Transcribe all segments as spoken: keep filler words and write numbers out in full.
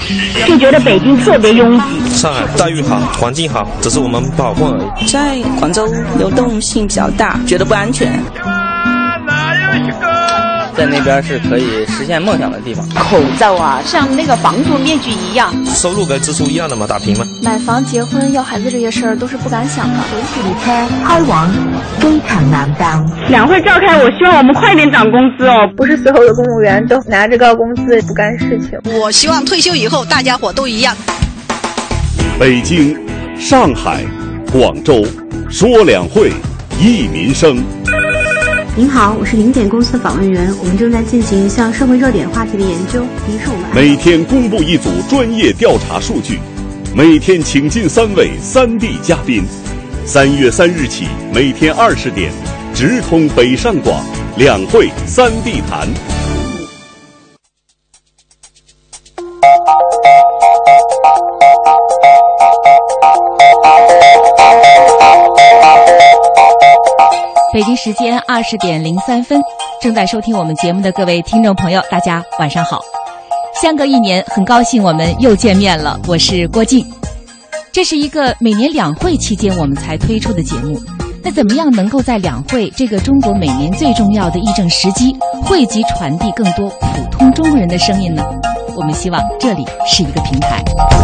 就觉得北京特别拥挤。 上海待遇好，环境好，只是我们不好混而已。 在广州流动性比较大，觉得不安全。 在那边是可以实现梦想的地方。 口罩啊，像那个房租面具一样， 收入跟支出一样的嘛，打平嘛。 买房、结婚、要孩子这些事儿都是不敢想的。 本次列车开往机场南方。 两会召开，我希望我们快点涨工资哦。 不是所有的公务员都拿着高工资不干事情。 我希望退休以后大家伙都一样。 北京、上海、广州，说两会，益民生。 您好，我是零点公司的访问员，我们正在进行一项社会热点话题的研究。您是我们每天公布一组专业调查数据，每天请进三位三地嘉宾。三月三日起，每天二十点，直通北上广，两会三地谈。 北京时间二十点零三分，正在收听我们节目的各位听众朋友，大家晚上好。相隔一年，很高兴我们又见面了，我是郭靖。这是一个每年两会期间我们才推出的节目。那怎么样能够在两会这个中国每年最重要的议政时机，汇集传递更多普通中国人的声音呢？我们希望这里是一个平台。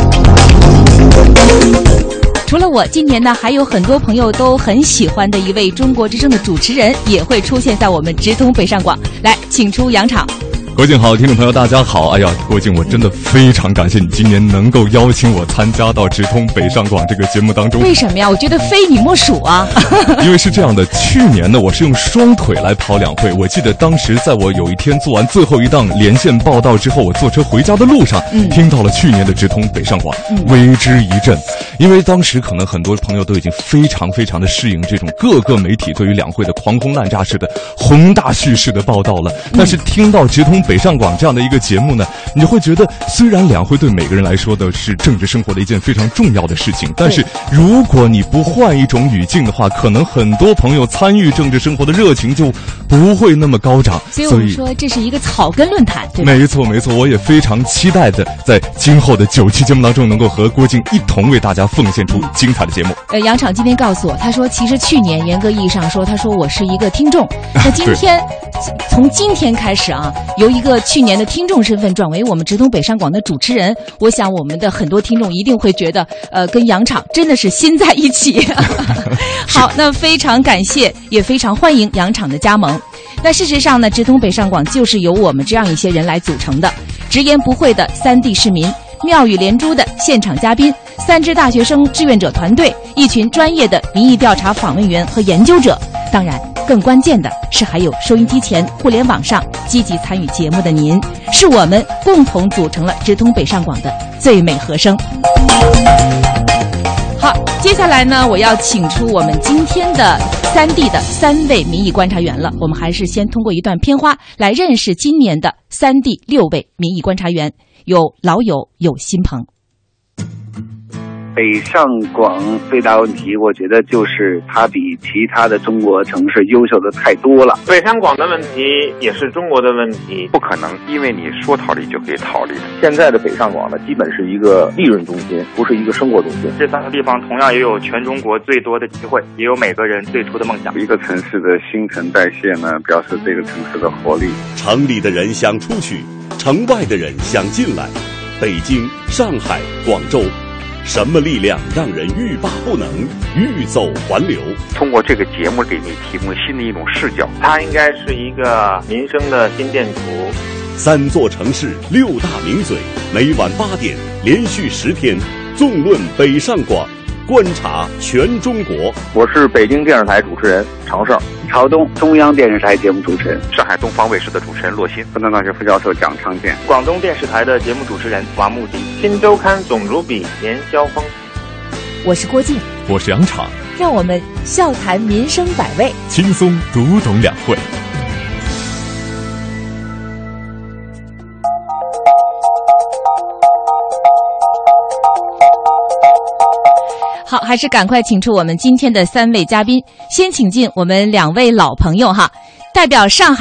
除了我，今年呢还有很多朋友都很喜欢的一位中国之声的主持人也会出现在我们直通北上广。来，请出杨昶。 郭靖好，听众朋友大家好。哎呀，郭靖，我真的非常感谢你今年能够邀请我参加到直通北上广这个节目当中。 为什么呀？我觉得非你莫属啊。 因为是这样的，去年呢我是用双腿来跑两会。我记得当时在我有一天做完最后一档连线报道之后，我坐车回家的路上，嗯、听到了去年的直通北上广，嗯、为之一振。因为当时可能很多朋友都已经非常非常的适应这种各个媒体对于两会的狂轰滥炸式的宏大叙事的报道了，嗯、但是听到直通北上广这样的一个节目呢，你就会觉得虽然两会对每个人来说的是政治生活的一件非常重要的事情，但是如果你不换一种语境的话，可能很多朋友参与政治生活的热情就不会那么高涨。 所以我们说这是一个草根论坛，对吧？ 没错没错，我也非常期待的在今后的九期节目当中能够和郭靖一同为大家奉献出精彩的节目。 呃，杨昶今天告诉我，他说其实去年严格意义上说，他说我是一个听众，那今天从今天开始啊，由一个去年的听众身份转为我们直通北上广的主持人，我想我们的很多听众一定会觉得，呃，跟杨昶真的是心在一起。好，那非常感谢，也非常欢迎杨昶的加盟。那事实上呢，直通北上广就是由我们这样一些人来组成的，直言不讳的三地市民，妙语连珠的现场嘉宾，三支大学生志愿者团队，一群专业的民意调查访问员和研究者。当然更关键的是还有收音机前互联网上积极参与节目的您，是我们共同组成了直通北上广的最美和声。好，接下来呢，我要请出我们今天的三地的三位民意观察员了。我们还是先通过一段片花来认识今年的三地六位民意观察员，有老友，有新朋。 北上广最大问题，我觉得就是它比其他的中国城市优秀的太多了。 北上广的问题也是中国的问题， 不可能因为你说逃离就可以逃离的。 现在的北上广呢，基本是一个利润中心，不是一个生活中心。 这三个地方同样也有全中国最多的机会，也有每个人最初的梦想。 一个城市的新陈代谢呢，表示这个城市的活力。 城里的人想出去，城外的人想进来。北京、上海、广州。什么力量让人欲罢不能，欲走还留？ 通过这个节目给你提供新的一种视角， 它应该是一个民生的心电图。 三座城市，六大名嘴，每晚八点，连续十天，纵论北上广，观察全中国。 我是北京电视台主持人常胜， 朝东中央电视台节目主持人， 上海东方卫视的主持人骆鑫， 复旦大学副教授蒋昌建， 广东电视台的节目主持人王慕迪，新周刊总主笔严霄峰。 我是郭靖， 我是杨昶， 让我们笑谈民生百味， 轻松读懂两会。 好，还是赶快请出我们今天的三位嘉宾。先请进我们两位老朋友哈，代表上海的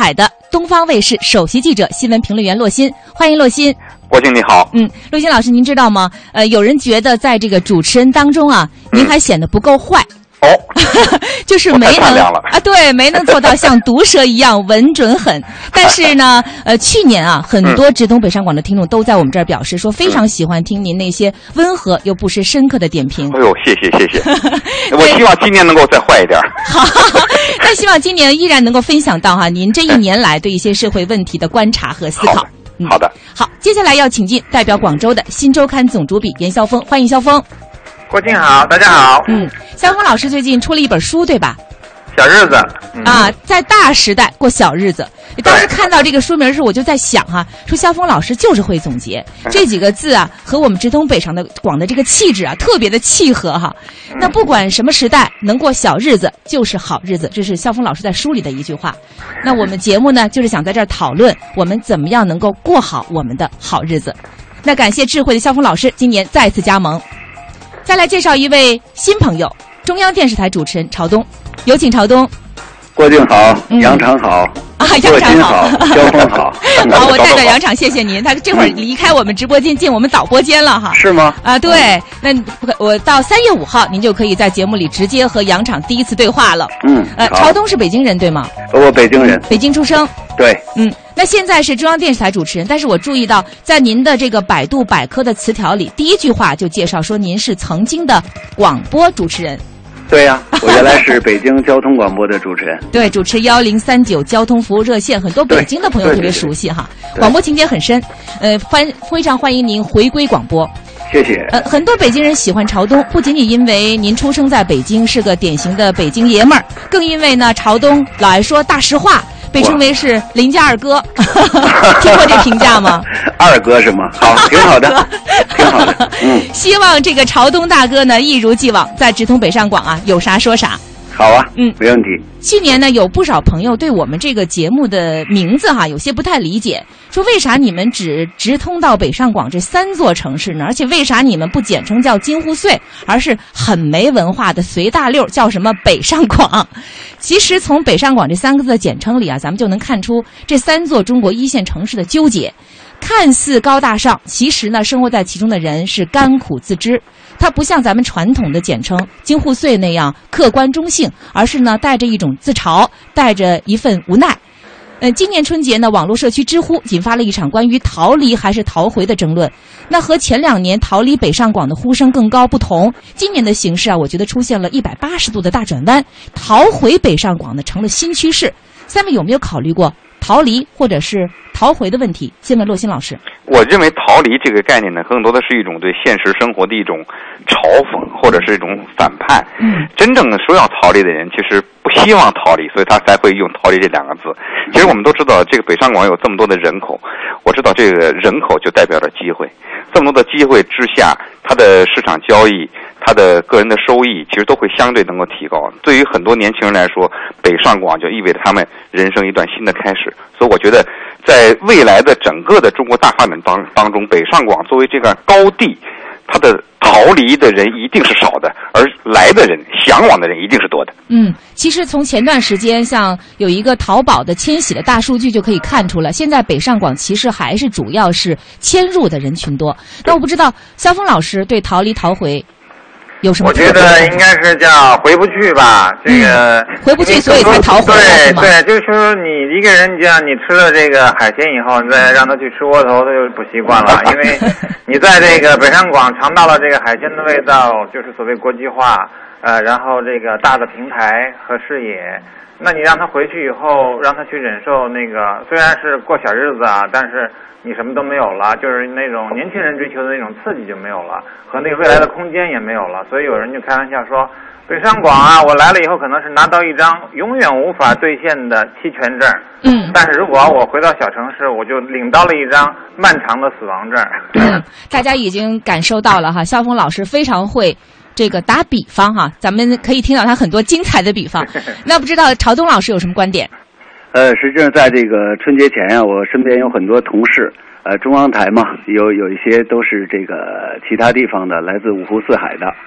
东方卫视首席记者、新闻评论员骆欣。欢迎骆欣。 郭靖你好。 嗯，骆欣老师，您知道吗？呃，有人觉得在这个主持人当中啊，您还显得不够坏。 哦， 就是没能啊，对，没能做到像毒蛇一样稳准狠。但是呢，呃，去年啊，很多直通北上广的听众都在我们这儿表示说，非常喜欢听您那些温和又不失深刻的点评。 哎呦，谢谢谢谢，我希望今年能够再坏一点。 好，那希望今年依然能够分享到哈、啊、您这一年来对一些社会问题的观察和思考。 嗯、好的， 好，接下来要请进代表广州的《新周刊》总主笔严晓峰，欢迎晓峰。 郭靖好，大家好。 嗯，晓峰老师最近出了一本书，对吧？ 小日子、 嗯、啊，在大时代过小日子。当时看到这个书名时，我就在想哈、啊，说晓峰老师就是会总结这几个字啊，和我们直通北上的广的这个气质啊，特别的契合哈。那不管什么时代，能过小日子就是好日子，这是晓峰老师在书里的一句话。那我们节目呢，就是想在这儿讨论我们怎么样能够过好我们的好日子。那感谢智慧的晓峰老师今年再次加盟。再来介绍一位新朋友，中央电视台主持人朝东，有请朝东。 郭靖好，嗯、杨常好， 啊，杨常好， 萧峰好。 好，我代表杨常谢谢您。他这会儿离开我们直播间，进我们导播间了哈。 是吗？ 啊，对。那我到三月五号，您就可以在节目里直接和杨常第一次对话了。 嗯。 呃，朝东是北京人对吗？ 我北京人。 北京出生。 对。 嗯。那现在是中央电视台主持人，但是我注意到，在您的这个百度百科的词条里，第一句话就介绍说您是曾经的广播主持人。 对呀、啊，我原来是北京交通广播的主持人。 对，主持幺零三九交通服务热线，很多北京的朋友特别熟悉哈。广播情节很深，呃，欢非常欢迎您回归广播。 谢谢。 呃，很多北京人喜欢朝东，不仅仅因为您出生在北京，是个典型的北京爷们儿，更因为呢，朝东老爱说大实话。被称为是邻家二哥，听过这评价吗？ 二哥是吗？好，挺好的，挺好的。嗯， 希望这个朝东大哥呢，一如既往在直通北上广啊，有啥说啥。 好啊， 嗯， 没问题。 去年呢，有不少朋友对我们这个节目的名字哈有些不太理解，说为啥你们只直通到北上广这三座城市呢？而且为啥你们不简称叫京沪穗，而是很没文化的随大溜叫什么北上广？其实从北上广这三个字的简称里啊，咱们就能看出这三座中国一线城市的纠结。看似高大上，其实呢，生活在其中的人是甘苦自知。它不像咱们传统的简称京沪穗那样客观中性，而是呢带着一种自嘲，带着一份无奈。呃，今年春节呢，网络社区知乎引发了一场关于逃离还是逃回的争论。那和前两年逃离北上广的呼声更高不同，今年的形势啊，我觉得出现了一百八十度的大转弯，逃回北上广呢成了新趋势。三位有没有考虑过逃离或者是逃回的问题？先问骆欣老师。 我认为逃离这个概念呢，更多的是一种对现实生活的一种嘲讽，或者是一种反叛。 嗯， 真正说要逃离的人，其实不希望逃离，所以他才会用逃离这两个字。其实我们都知道，这个北上广有这么多的人口，我知道这个人口就代表着机会。这么多的机会之下，它的市场交易，它的个人的收益，其实都会相对能够提高。对于很多年轻人来说，北上广就意味着他们人生一段新的开始。所以我觉得，在未来的整个的中国大发展当当中，北上广作为这个高地，它的逃离的人一定是少的，而来的人、向往的人一定是多的。 嗯，其实从前段时间，像有一个淘宝的迁徙的大数据就可以看出了，现在北上广其实还是主要是迁入的人群多。那我不知道萧峰老师对逃离逃回有什么？ 我觉得应该是叫回不去吧，这个、 嗯、回不去，所以才逃回来。对对，就是说你一个人，就像你吃了这个海鲜以后，再让他去吃窝头，他就不习惯了，因为你在这个北上广尝到了这个海鲜的味道，就是所谓国际化，呃，然后这个大的平台和视野。那你让他回去以后，让他去忍受那个，虽然是过小日子啊，但是你什么都没有了，就是那种年轻人追求的那种刺激就没有了，和那个未来的空间也没有了。所以有人就开玩笑说，北上广啊，我来了以后可能是拿到一张永远无法兑现的期权证， 嗯， 但是如果我回到小城市，我就领到了一张漫长的死亡证。 嗯，大家已经感受到了哈，萧峰老师非常会这个打比方哈，咱们可以听到他很多精彩的比方。那不知道朝东老师有什么观点？ 呃，实际上在这个春节前呀、啊，我身边有很多同事，呃，中央台嘛，有有一些都是这个其他地方的，来自五湖四海的，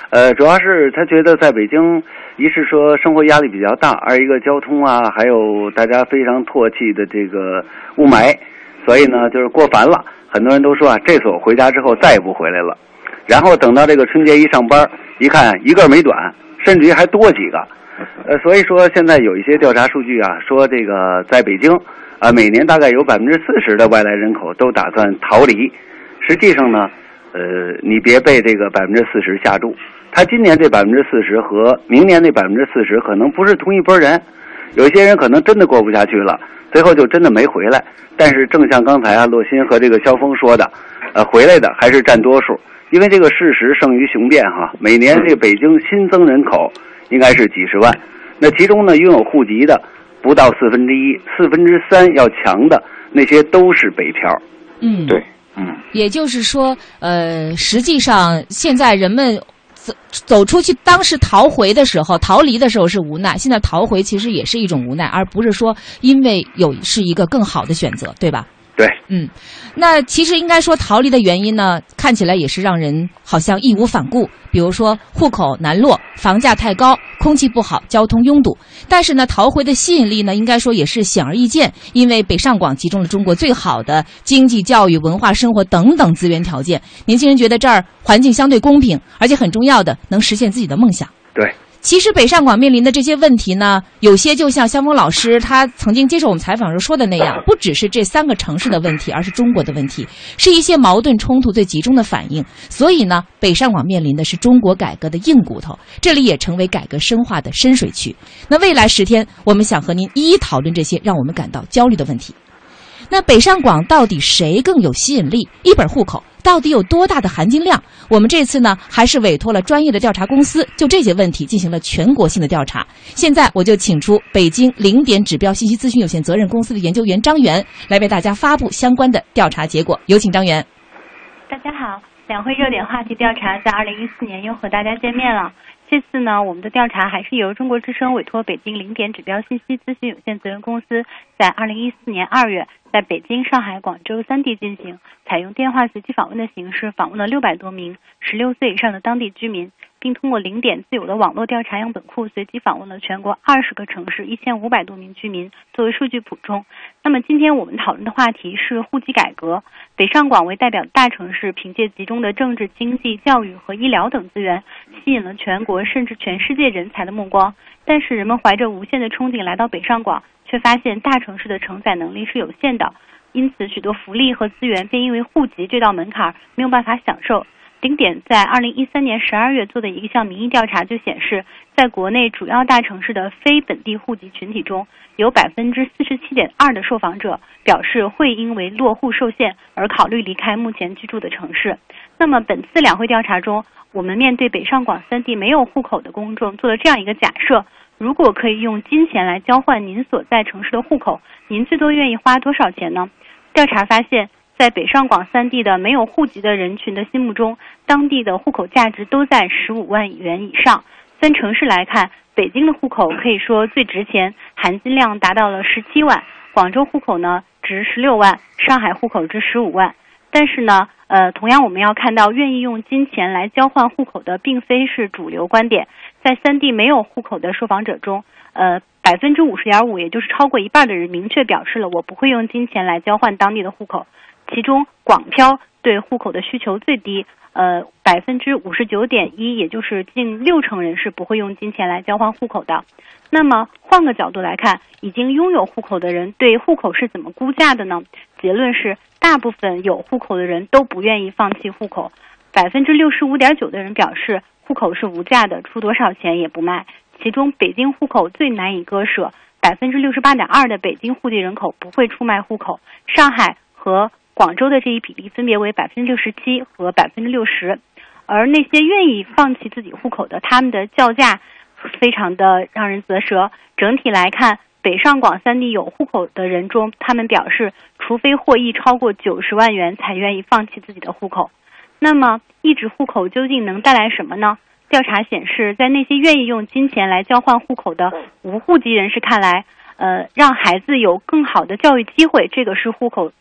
呃，主要是他觉得在北京，一是说生活压力比较大，二一个交通啊，还有大家非常唾弃的这个雾霾，所以呢就是过烦了。很多人都说啊，这次我回家之后再也不回来了。然后等到这个春节一上班，一看一个没短，甚至于还多几个。呃，所以说现在有一些调查数据啊，说这个在北京啊，每年大概有百分之四十的外来人口都打算逃离。实际上呢，呃，你别被这个百分之四十吓住。他今年这百分之四十和明年那百分之四十可能不是同一拨人，有些人可能真的过不下去了，最后就真的没回来。但是正像刚才啊洛鑫和这个肖峰说的，呃，回来的还是占多数，因为这个事实胜于雄辩哈。每年这个北京新增人口应该是几十万，那其中呢拥有户籍的不到四分之一，四分之三要强的那些都是北漂。 嗯， 对，嗯， 也就是说，呃，实际上现在人们走走出去，当时逃回的时候，逃离的时候是无奈，现在逃回其实也是一种无奈，而不是说因为有是一个更好的选择，对吧？ 对， 嗯，那其实应该说逃离的原因呢，看起来也是让人好像义无反顾，比如说户口难落、房价太高、空气不好、交通拥堵。但是呢，逃回的吸引力呢，应该说也是显而易见，因为北上广集中了中国最好的经济、教育、文化、生活等等资源条件。年轻人觉得这儿环境相对公平，而且很重要的，能实现自己的梦想。 对。 其实北上广面临的这些问题呢，有些就像肖峰老师他曾经接受我们采访时说的那样，不只是这三个城市的问题，而是中国的问题，是一些矛盾冲突最集中的反应。所以呢，北上广面临的是中国改革的硬骨头，这里也成为改革深化的深水区。那未来十天，我们想和您一一讨论这些让我们感到焦虑的问题。那北上广到底谁更有吸引力？一本户口到底有多大的含金量？我们这次呢，还是委托了专业的调查公司，就这些问题进行了全国性的调查。现在我就请出北京零点指标信息咨询有限责任公司的研究员张元，来为大家发布相关的调查结果。有请张元。 大家好，两会热点话题调查在二零一四年又和大家见面了。这次呢，我们的调查还是由中国之声委托北京零点指标信息咨询有限责任公司，在二零一四年二月，在北京、上海、广州三地进行，采用电话随机访问的形式，访问了六百多名十六岁以上的当地居民，并通过零点自有的网络调查样本库，随机访问了全国二十个城市一千五百多名居民，作为数据补充。那么今天我们讨论的话题是户籍改革。北上广为代表的大城市，凭借集中的政治、经济、教育和医疗等资源，吸引了全国甚至全世界人才的目光。但是人们怀着无限的憧憬来到北上广，却发现大城市的承载能力是有限的，因此许多福利和资源便因为户籍这道门槛没有办法享受。零点在二零一三年十二月做的一项民意调查就显示，在国内主要大城市的非本地户籍群体中，有百分之四十七点二的受访者表示会因为落户受限而考虑离开目前居住的城市。那么本次两会调查中，我们面对北上广三地没有户口的公众做了这样一个假设：如果可以用金钱来交换您所在城市的户口，您最多愿意花多少钱呢？调查发现，在北上广三地的没有户籍的人群的心目中，当地的户口价值都在十五万元以上。分城市来看，北京的户口可以说最值钱，含金量达到了十七万；广州户口呢值十六万，上海户口值十五万。但是呢，呃，同样我们要看到，愿意用金钱来交换户口的并非是主流观点。在三地没有户口的受访者中，呃，百分之五十点五，也就是超过一半的人明确表示了我不会用金钱来交换当地的户口。其中广漂对户口的需求最低，呃，百分之五十九点一，也就是近六成人是不会用金钱来交换户口的。那么换个角度来看，已经拥有户口的人对户口是怎么估价的呢？结论是，大部分有户口的人都不愿意放弃户口，百分之六十五点九的人表示户口是无价的，出多少钱也不卖。其中北京户口最难以割舍，百分之六十八点二的北京户籍人口不会出卖户口，上海和广州的这一比例分别为百分之六十七和百分之六十，而那些愿意放弃自己户口的，他们的叫价非常的让人啧舌。整体来看，北上广三地有户口的人中，他们表示，除非获益超过九十万元，才愿意放弃自己的户口。那么，一纸户口究竟能带来什么呢？调查显示，在那些愿意用金钱来交换户口的无户籍人士看来，呃，让孩子有更好的教育机会，这个是户口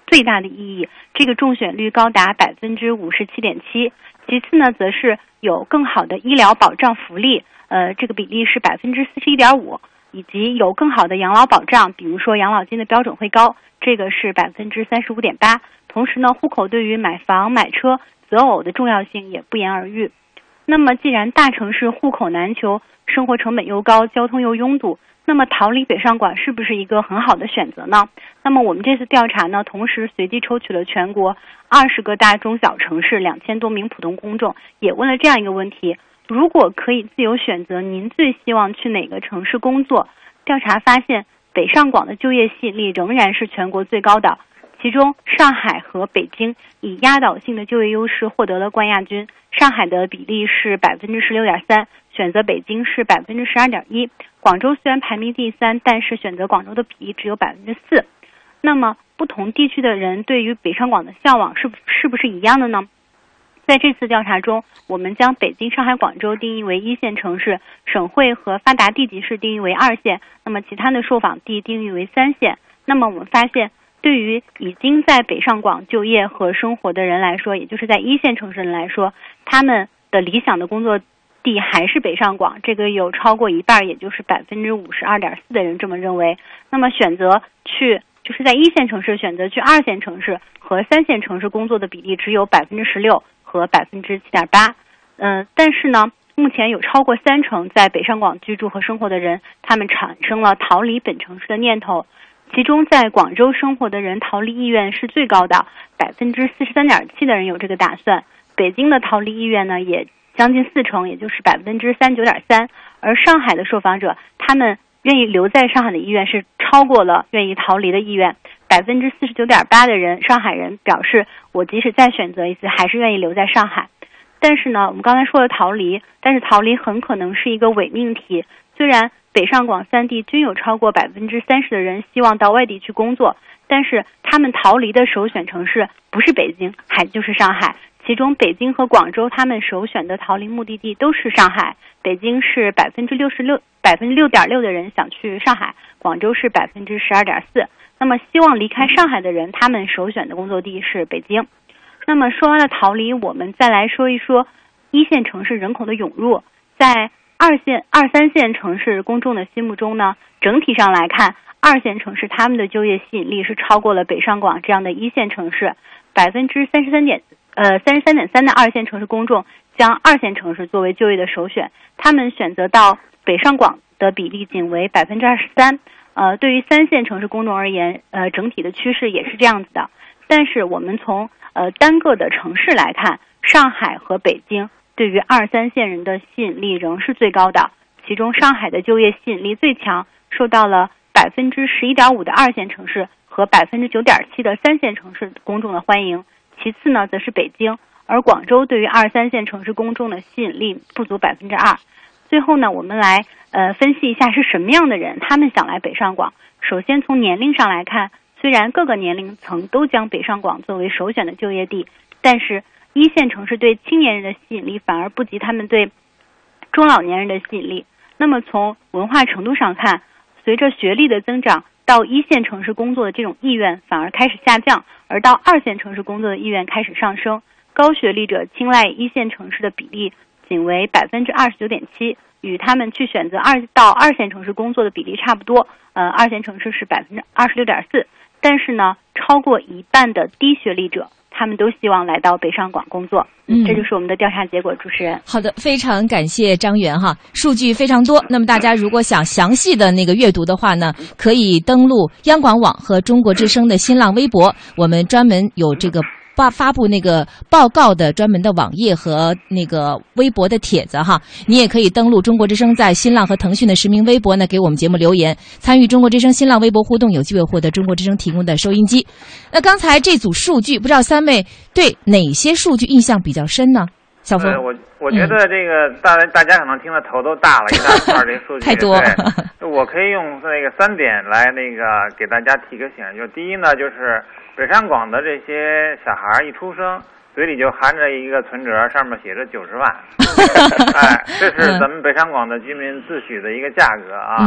最大的意义，这个中选率高达百分之五十七点七。其次呢，则是有更好的医疗保障福利，呃，这个比例是百分之四十一点五，以及有更好的养老保障，比如说养老金的标准会高，这个是百分之三十五点八。同时呢，户口对于买房买车择偶的重要性也不言而喻。那么，既然大城市户口难求，生活成本又高，交通又拥堵，那么逃离北上广是不是一个很好的选择呢？那么我们这次调查呢，同时随机抽取了全国二十个大中小城市两千多名普通公众，也问了这样一个问题：如果可以自由选择，您最希望去哪个城市工作？调查发现，北上广的就业吸引力仍然是全国最高的，其中上海和北京以压倒性的就业优势获得了冠亚军。上海的比例是百分之十六点三，选择北京是百分之十二点一。广州虽然排名第三，但是选择广州的比例只有百分之四。那么，不同地区的人对于北上广的向往是是不是一样的呢？在这次调查中，我们将北京、上海、广州定义为一线城市，省会和发达地级市定义为二线，那么其他的受访地定义为三线。那么我们发现，对于已经在北上广就业和生活的人来说，也就是在一线城市人来说，他们的理想的工作地还是北上广，这个有超过一半，也就是百分之五十二点四的人这么认为。那么选择去就是在一线城市选择去二线城市和三线城市工作的比例只有百分之十六和百分之七点八。嗯，但是呢，目前有超过三成在北上广居住和生活的人，他们产生了逃离本城市的念头。其中在广州生活的人逃离意愿是最高的，百分之四十三点七的人有这个打算。北京的逃离意愿呢也将近四成，也就是百分之三十九点三。而上海的受访者，他们愿意留在上海的意愿是超过了愿意逃离的意愿，百分之四十九点八的人，上海人表示，我即使再选择一次，还是愿意留在上海。但是呢，我们刚才说了逃离，但是逃离很可能是一个伪命题。虽然北上广三地均有超过百分之三十的人希望到外地去工作，但是他们逃离的首选城市不是北京，还就是上海。其中北京和广州他们首选的逃离目的地都是上海，北京是百分之六十六百分之六点六的人想去上海，广州是百分之十二点四。那么希望离开上海的人，他们首选的工作地是北京。那么说完了逃离，我们再来说一说一线城市人口的涌入。在二线、二三线城市公众的心目中呢，整体上来看，二线城市他们的就业吸引力是超过了北上广这样的一线城市。百分之三十三点呃三十三点三的二线城市公众将二线城市作为就业的首选，他们选择到北上广的比例仅为百分之二十三。呃，对于三线城市公众而言，呃，整体的趋势也是这样子的。但是我们从呃单个的城市来看，上海和北京对于二三线人的吸引力仍是最高的，其中上海的就业吸引力最强，受到了百分之十一点五的二线城市和百分之九点七的三线城市公众的欢迎。其次呢，则是北京，而广州对于二三线城市公众的吸引力不足百分之二。最后呢，我们来呃分析一下是什么样的人他们想来北上广。首先从年龄上来看，虽然各个年龄层都将北上广作为首选的就业地，但是一线城市对青年人的吸引力反而不及他们对中老年人的吸引力。那么从文化程度上看，随着学历的增长，到一线城市工作的这种意愿反而开始下降，而到二线城市工作的意愿开始上升。高学历者青睐一线城市的比例仅为百分之二十九点七，与他们去选择二到二线城市工作的比例差不多。呃，二线城市是百分之二十六点四，但是呢，超过一半的低学历者，他们都希望来到北上广工作。嗯，这就是我们的调查结果。主持人， 好的，非常感谢张媛哈，数据非常多。那么大家如果想详细的那个阅读的话呢，可以登录央广网和中国之声的新浪微博，我们专门有这个发发布那个报告的专门的网页和那个微博的帖子哈。你也可以登录中国之声在新浪和腾讯的实名微博呢，给我们节目留言，参与中国之声新浪微博互动，有机会获得中国之声提供的收音机。那刚才这组数据，不知道三位对哪些数据印象比较深呢？小峰， 呃、我我觉得这个大、嗯、大家可能听的头都大了，一大串这数据太多。 我可以用那个三点来那个给大家提个醒，就第一呢，就是北上广的这些小孩一出生，嘴里就含着一个存折，上面写着九十万，哎，这是咱们北上广的居民自诩的一个价格啊。嗯，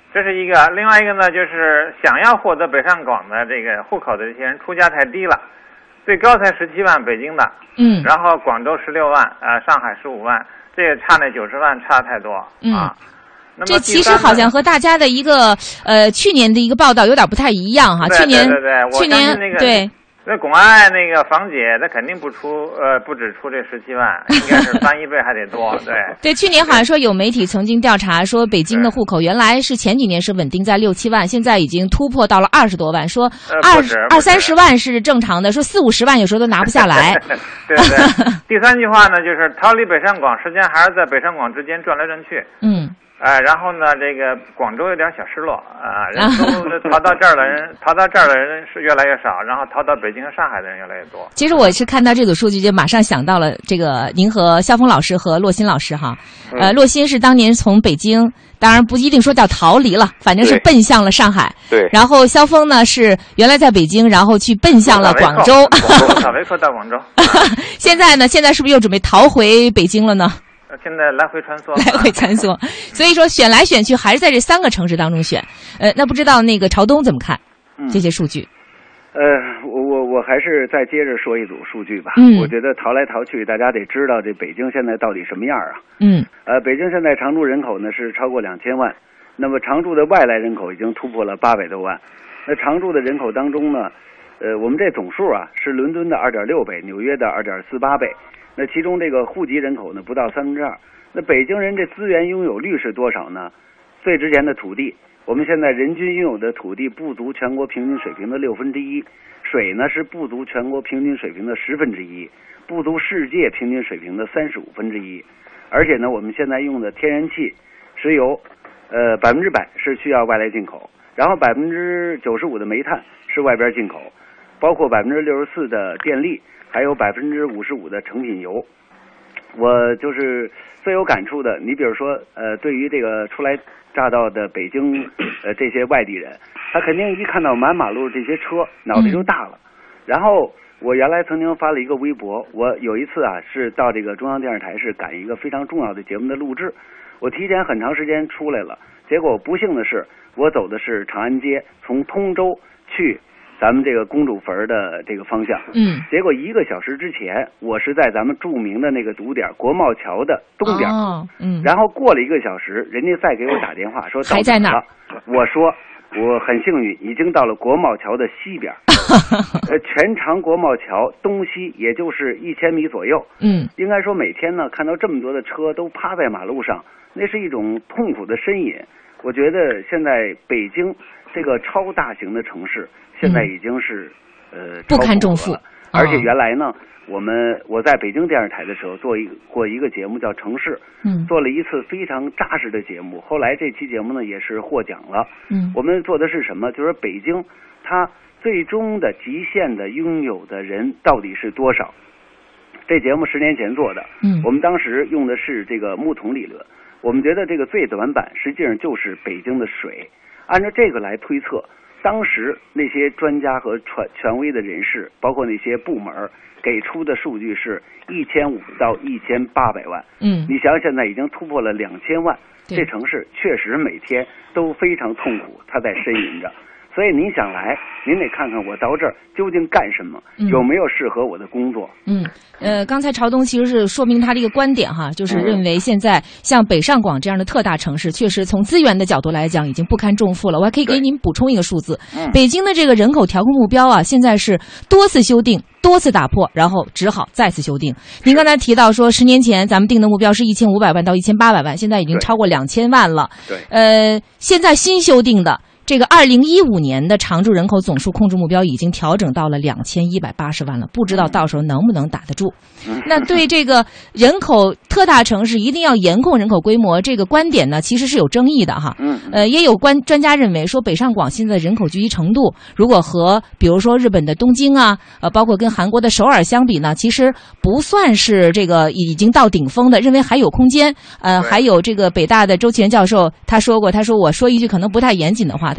这是一个。另外一个呢，就是想要获得北上广的这个户口的这些人出价太低了，最高才十七万，北京的， 嗯， 然后广州十六万，呃，上海十五万，这个差那九十万差太多， 嗯。 啊。 这其实好像和大家的一个呃去年的一个报道有点不太一样哈。去年对对对， 去年那个对。 那广爱那个房姐，她肯定不出，呃，不止出这十七万，应该是翻一倍还得多，对。 对，去年好像说有媒体曾经调查说，北京的户口原来是前几年是稳定在六七万，现在已经突破到了二十多万，说二二三十万是正常的，说四五十万有时候都拿不下来。 对对。第三句话呢，就是逃离北上广，实际上还是在北上广之间转来转去。 嗯。 哎、呃，然后呢，这个广州有点小失落啊、呃，人都逃到这儿的人，逃到这儿的人是越来越少，然后逃到北京和上海的人越来越多。 其实我是看到这组数据，就马上想到了这个您和肖峰老师和洛欣老师哈。呃，洛欣是当年从北京，当然不一定说叫逃离了，反正是奔向了上海。 对。 然后肖峰呢是原来在北京，然后去奔向了广州。 塔维克到广州。 现在呢？现在是不是又准备逃回北京了呢？ 现在来回穿梭， 来回穿梭，所以说选来选去还是在这三个城市当中选。呃，那不知道那个朝东怎么看这些数据？ 呃，我我我还是再接着说一组数据吧。 嗯， 我觉得逃来逃去，大家得知道这北京现在到底什么样啊？ 嗯， 呃，北京现在常住人口呢是超过两千万，那么常住的外来人口已经突破了八百多万。那常住的人口当中呢，呃，我们这总数啊是伦敦的二点六倍，纽约的二点四八倍。那其中这个户籍人口呢不到三分之二。那北京人这资源拥有率是多少呢？最值钱的土地，我们现在人均拥有的土地不足全国平均水平的六分之一，水呢是不足全国平均水平的十分之一，不足世界平均水平的三十五分之一。而且呢，我们现在用的天然气、石油，呃，百分之百是需要外来进口，然后百分之九十五的煤炭是外边进口，包括百分之六十四的电力。还有百分之五十五的成品油，我就是最有感触的。你比如说，呃，对于这个初来乍到的北京，呃，这些外地人，他肯定一看到满马路这些车，脑袋就大了。然后我原来曾经发了一个微博，我有一次啊是到这个中央电视台是赶一个非常重要的节目的录制，我提前很长时间出来了，结果不幸的是，我走的是长安街，从通州去。咱们这个公主坟的这个方向， 嗯， 结果一个小时之前，我是在咱们著名的那个堵点国贸桥的东边， 哦，嗯， 然后过了一个小时，人家再给我打电话说到还在那儿， 我说我很幸运，已经到了国贸桥的西边，呃，全长国贸桥东西也就是一千米左右， 嗯， 应该说每天呢看到这么多的车都趴在马路上，那是一种痛苦的呻吟。我觉得现在北京这个超大型的城市。现在已经是， 嗯、呃不堪重负， 而且原来呢，我们我在北京电视台的时候做一过一个节目叫《城市》， 嗯， 做了一次非常扎实的节目。后来这期节目呢也是获奖了， 嗯， 我们做的是什么？就是北京它最终的极限的拥有的人到底是多少？这节目十年前做的， 嗯， 我们当时用的是这个木桶理论，我们觉得这个最短板实际上就是北京的水，按照这个来推测。当时那些专家和权权威的人士，包括那些部门给出的数据是一千五到一千八百万。 嗯， 你想想，现在已经突破了两千万，这城市确实每天都非常痛苦，它在呻吟着。所以您想来，您得看看我到这儿究竟干什么， 嗯、 有没有适合我的工作。 嗯，呃，刚才朝东其实是说明他的一个观点哈，就是认为现在像北上广这样的特大城市，确实从资源的角度来讲已经不堪重负了。我还可以给您补充一个数字，北京的这个人口调控目标啊，现在是多次修订。多次打破，然后只好再次修订。您刚才提到说，十年前咱们定的目标是一千五百万到一千八百万，现在已经超过两千万了。 对， 呃，现在新修订的这个二零一五年的常住人口总数控制目标已经调整到了两千一百八十万了，不知道到时候能不能打得住。那对这个人口特大城市一定要严控人口规模这个观点呢，其实是有争议的哈。呃，也有关专家认为说，北上广现在的人口聚集程度，如果和比如说日本的东京啊，呃，包括跟韩国的首尔相比呢，其实不算是这个已经到顶峰的，认为还有空间。呃，还有这个北大的周其仁教授他说过，他说我说一句可能不太严谨的话。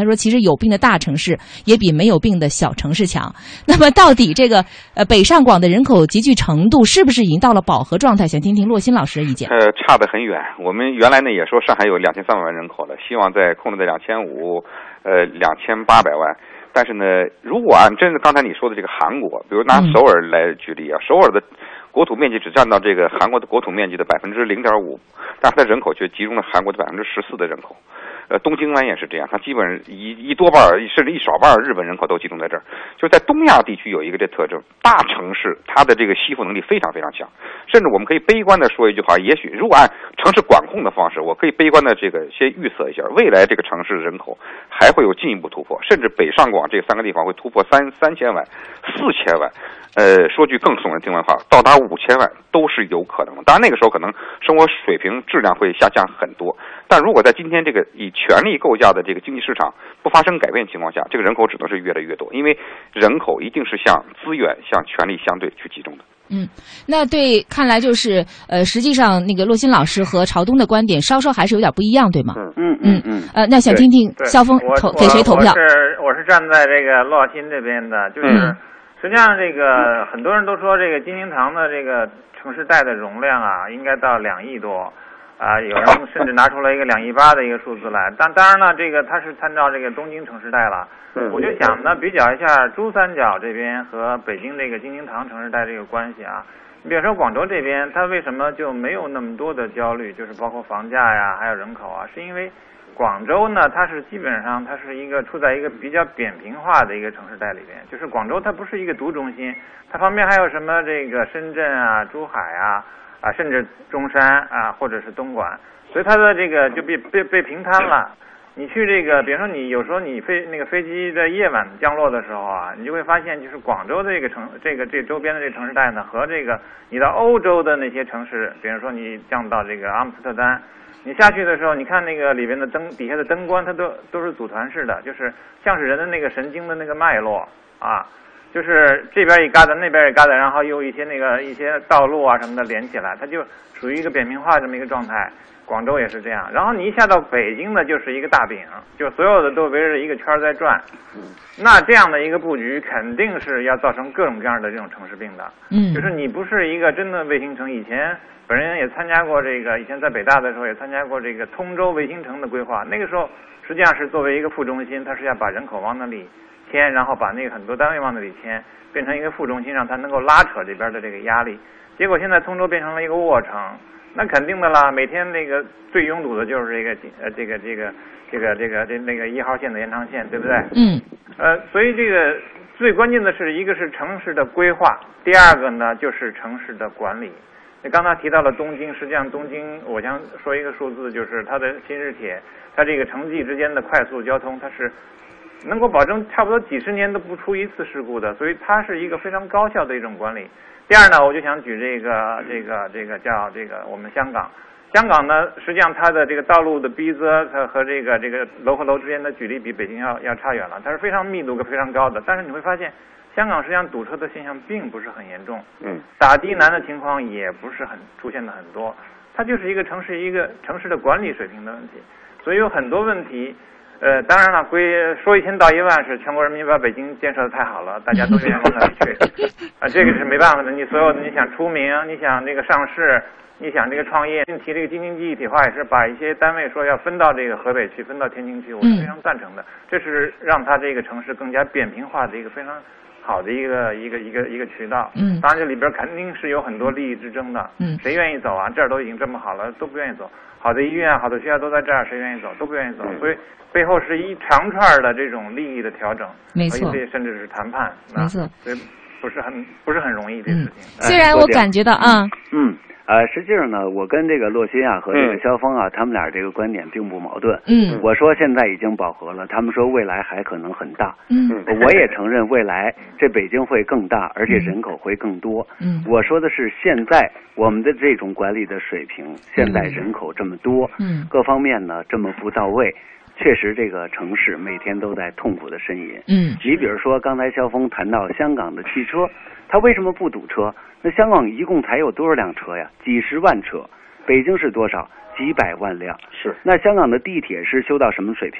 他说，其实有病的大城市也比没有病的小城市强。那么，到底这个呃北上广的人口集聚程度是不是已经到了饱和状态？想听听洛欣老师的意见。 呃，差得很远。我们原来呢也说上海有两千三百万人口了，希望在控制在两千五，呃，两千八百万。但是呢，如果按真的刚才你说的这个韩国，比如拿首尔来举例啊，首尔的国土面积只占到这个韩国的国土面积的百分之零点五，但是它的人口却集中了韩国的百分之十四的人口。呃，东京湾也是这样，它基本一一多半甚至一少半日本人口都集中在这儿。就是在东亚地区有一个这特征，大城市它的这个吸附能力非常非常强。甚至我们可以悲观的说一句话，也许如果按城市管控的方式，我可以悲观的这个先预测一下，未来这个城市人口还会有进一步突破，甚至北上广这三个地方会突破三三千万、四千万。呃，说句更耸人听闻话，到达五千万都是有可能的。当然，那个时候可能生活水平质量会下降很多。但如果在今天这个以权力构架的这个经济市场不发生改变情况下，这个人口只能是越来越多，因为人口一定是向资源、向权力相对去集中的。 嗯，那对，看来就是呃，实际上那个洛欣老师和朝东的观点稍稍还是有点不一样，对吗？ 嗯嗯嗯嗯。 呃，那想听听肖峰投给谁投票？ 我是我是站在这个洛欣这边的，就是。嗯实际上，这个很多人都说，这个金陵堂的这个城市带的容量啊，应该到两亿多，啊，有人甚至拿出了一个两亿八的一个数字来。但当然呢，这个它是参照这个东京城市带了。我就想呢，比较一下珠三角这边和北京这个金陵堂城市带这个关系啊。你比如说广州这边，它为什么就没有那么多的焦虑？就是包括房价呀，还有人口啊，是因为。广州呢，它是基本上它是一个处在一个比较扁平化的一个城市带里边，就是广州它不是一个独中心，它旁边还有什么这个深圳啊、珠海啊啊，甚至中山啊，或者是东莞，所以它的这个就被被被平摊了。你去这个，比如说你有时候你飞那个飞机在夜晚降落的时候啊，你就会发现，就是广州的这个城这个这周边的这个城市带呢，和这个你到欧洲的那些城市，比如说你降到这个阿姆斯特丹。你下去的时候，你看那个里边的灯底下的灯光，它都都是组团式的，就是像是人的那个神经的那个脉络啊，就是这边一疙瘩，那边一疙瘩，然后又一些那个一些道路啊什么的连起来，它就属于一个扁平化这么一个状态。广州也是这样，然后你一下到北京呢，就是一个大饼，就所有的都围着一个圈在转。那这样的一个布局，肯定是要造成各种各样的这种城市病的。嗯，就是你不是一个真的卫星城，以前。本人也参加过这个，以前在北大的时候也参加过这个通州卫星城的规划。那个时候实际上是作为一个副中心，它是要把人口往那里迁，然后把那个很多单位往那里迁，变成一个副中心，让它能够拉扯这边的这个压力。结果现在通州变成了一个卧城，那肯定的啦，每天那个最拥堵的就是这个呃这个这个这个这个这那个一号线的延长线，对不对？嗯。呃，所以这个最关键的是一个是城市的规划，第二个呢就是城市的管理。你刚才提到了东京，实际上东京，我想说一个数字，就是它的新日铁，它这个城际之间的快速交通，它是能够保证差不多几十年都不出一次事故的，所以它是一个非常高效的一种管理。第二呢，我就想举这个这个这个叫这个我们香港，香港呢，实际上它的这个道路的逼仄，它和这个这个楼和楼之间的距离比北京要要差远了，它是非常密度非常高的，但是你会发现。香港实际上堵车的现象并不是很严重，嗯，打的难的情况也不是很出现的很多，它就是一个城市一个城市的管理水平的问题，所以有很多问题，呃，当然了，归说一千道一万是全国人民把北京建设的太好了，大家都愿意往那里去，啊，这个是没办法的，你所有的你想出名，你想这个上市，你想这个创业，提这个京津冀一体化也是把一些单位说要分到这个河北去，分到天津去，我是非常赞成的，这是让它这个城市更加扁平化的一个非常。好的一个一个一个一个渠道，嗯，当然这里边肯定是有很多利益之争的，嗯，谁愿意走啊？这儿都已经这么好了，都不愿意走。好的医院、好的学校都在这儿，谁愿意走？都不愿意走。所以背后是一长串的这种利益的调整， 没错， 甚至是谈判， 没错， 所以不是很不是很容易这事情。 嗯、虽然我感觉到啊， 嗯。呃，实际上呢，我跟这个洛欣啊和这个肖峰啊，嗯、他们俩这个观点并不矛盾。嗯，我说现在已经饱和了，他们说未来还可能很大。嗯，我也承认未来这北京会更大，而且人口会更多。嗯，我说的是现在我们的这种管理的水平，现在人口这么多，嗯，各方面呢这么不到位。确实，这个城市每天都在痛苦的呻吟。嗯，你比如说，刚才肖峰谈到香港的汽车，它为什么不堵车？那香港一共才有多少辆车呀？几十万车。北京是多少？几百万辆。是。那香港的地铁是修到什么水平？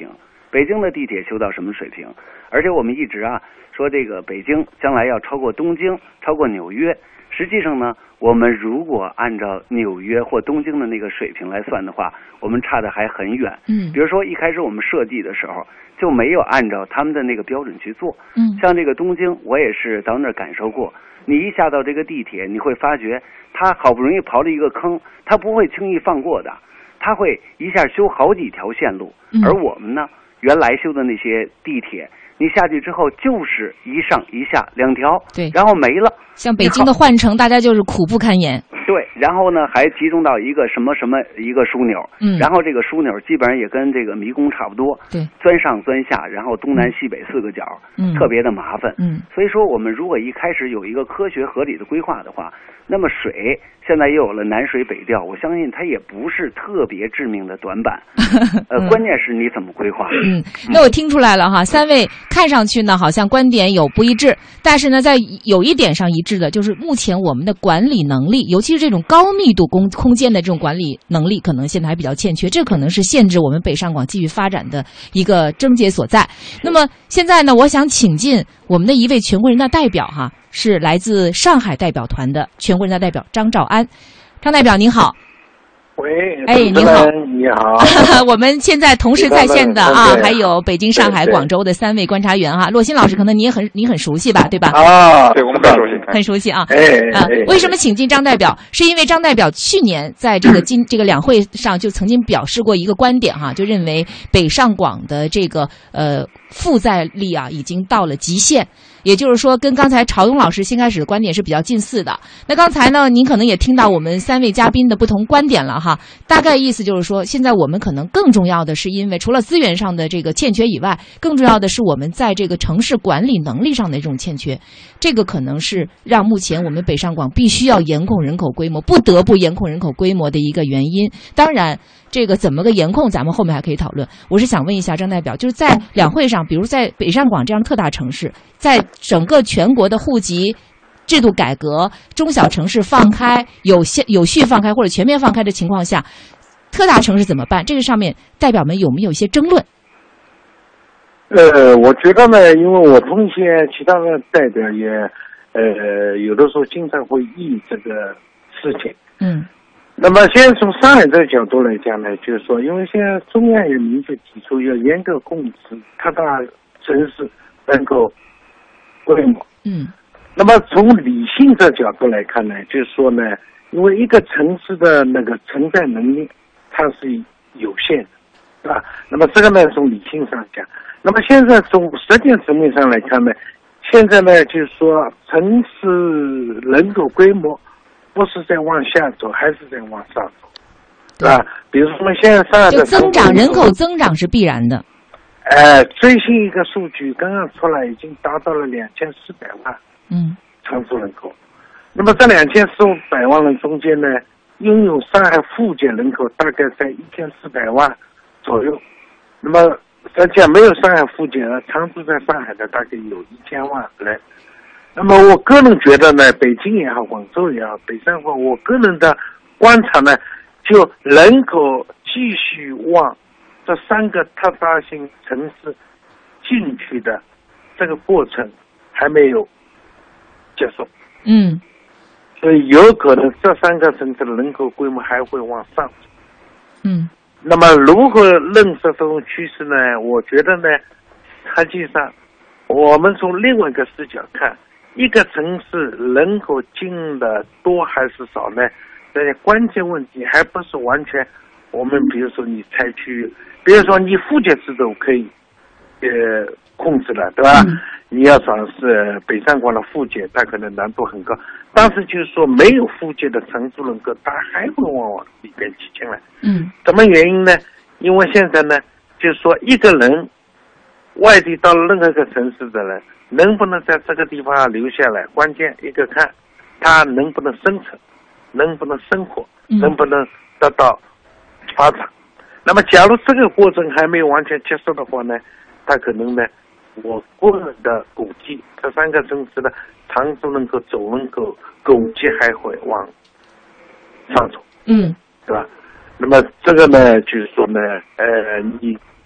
北京的地铁修到什么水平？而且我们一直啊说这个北京将来要超过东京，超过纽约。实际上呢，我们如果按照纽约或东京的那个水平来算的话，我们差的还很远。 嗯， 比如说一开始我们设计的时候就没有按照他们的那个标准去做。 嗯， 像这个东京，我也是到那儿感受过。你一下到这个地铁，你会发觉他好不容易刨了一个坑，他不会轻易放过的，他会一下修好几条线路。 嗯， 而我们呢，原来修的那些地铁，你下去之后就是一上一下两条， 对， 然后没了。 像北京的换乘，大家就是苦不堪言。 对，然后呢还集中到一个什么什么一个枢纽， 嗯， 然后这个枢纽基本上也跟这个迷宫差不多， 对， 钻上钻下，然后东南西北四个角， 嗯， 特别的麻烦， 嗯， 所以说我们如果一开始有一个科学合理的规划的话，那么水现在又有了南水北调，我相信它也不是特别致命的短板，呃， 嗯、 关键是你怎么规划。 嗯，那我听出来了哈，三位看上去呢好像观点有不一致，但是呢在有一点上一致的就是目前我们的管理能力，尤其是这种高密度空空间的这种管理能力，可能现在还比较欠缺，这可能是限制我们北上广继续发展的一个症结所在。那么现在呢，我想请进我们的一位全国人大代表哈，是来自上海代表团的全国人大代表张兆安。张代表您好。 喂， 哎，您好， 你好。 我们现在同时在线的啊，还有北京、上海、广州的三位观察员哈。骆鑫老师，可能你也很你很熟悉吧，对吧？ 啊， 对，我们很熟悉， 很熟悉啊。 哎， 啊，为什么请进张代表？是因为张代表去年在这个今这个两会上就曾经表示过一个观点哈，就认为北上广的这个呃负载力啊已经到了极限。也就是说，跟刚才朝东老师先开始的观点是比较近似的。那刚才呢，您可能也听到我们三位嘉宾的不同观点了哈。大概意思就是说，现在我们可能更重要的是，因为除了资源上的这个欠缺以外，更重要的是我们在这个城市管理能力上的这种欠缺。这个可能是让目前我们北上广必须要严控人口规模，不得不严控人口规模的一个原因。当然，这个怎么个严控，咱们后面还可以讨论。我是想问一下张代表，就是在两会上，比如在北上广这样的特大城市，在整个全国的户籍制度改革、中小城市放开、有限有序放开或者全面放开的情况下，特大城市怎么办？这个上面代表们有没有一些争论？ 呃，我觉得呢，因为我同一些其他的代表也，呃，有的时候经常会议这个事情。 嗯。 那么现在从上海这个角度来讲呢，就是说，因为现在中央也明确提出要严格控制特大城市人口规模。 嗯。 那么从理性这角度来看呢，就是说呢，因为一个城市的那个承载能力它是有限的，是吧？那么这个呢，从理性上讲。那么现在从实践层面上来看呢，现在呢就是说城市人口规模不是在往下走，还是在往上走，是吧？比如说我们现在上海的增长人口增长是必然的。 呃，最新一个数据刚刚出来，已经达到了两千四百万， 嗯， 常住人口。那么这两千四百万人中间呢，拥有上海户籍人口大概在一千四百万左右。那么实际上没有上海户籍的，常住在上海的大概有一千万人。那么我个人觉得呢，北京也好，广州也好，北上广，我个人的观察呢，就人口继续往这三个特大型城市进去的这个过程还没有结束。 嗯， 所以有可能这三个城市的人口规模还会往上走。 嗯。 那么如何认识这种趋势呢？我觉得呢，实际上我们从另外一个视角看，一个城市人口进的多还是少呢？这些关键问题还不是完全我们比如说你采取，比如说你户籍制度可以呃控制了，对吧？嗯、你要想是北上广的户籍，它可能难度很高，但是就是说没有户籍的常住人口，它还会往往里边挤进来。 嗯， 什么原因呢？因为现在呢，就是说一个人外地到了任何一个城市的人，能不能在这个地方留下来，关键一个看他能不能生存，能不能生活， 嗯、 能不能得到发展。那么假如这个过程还没有完全结束的话呢，他可能呢，我个人的估计，这三个城市的常住人口、总人口估计还会往上走， 嗯， 对吧？那么这个呢，就是说呢，呃，你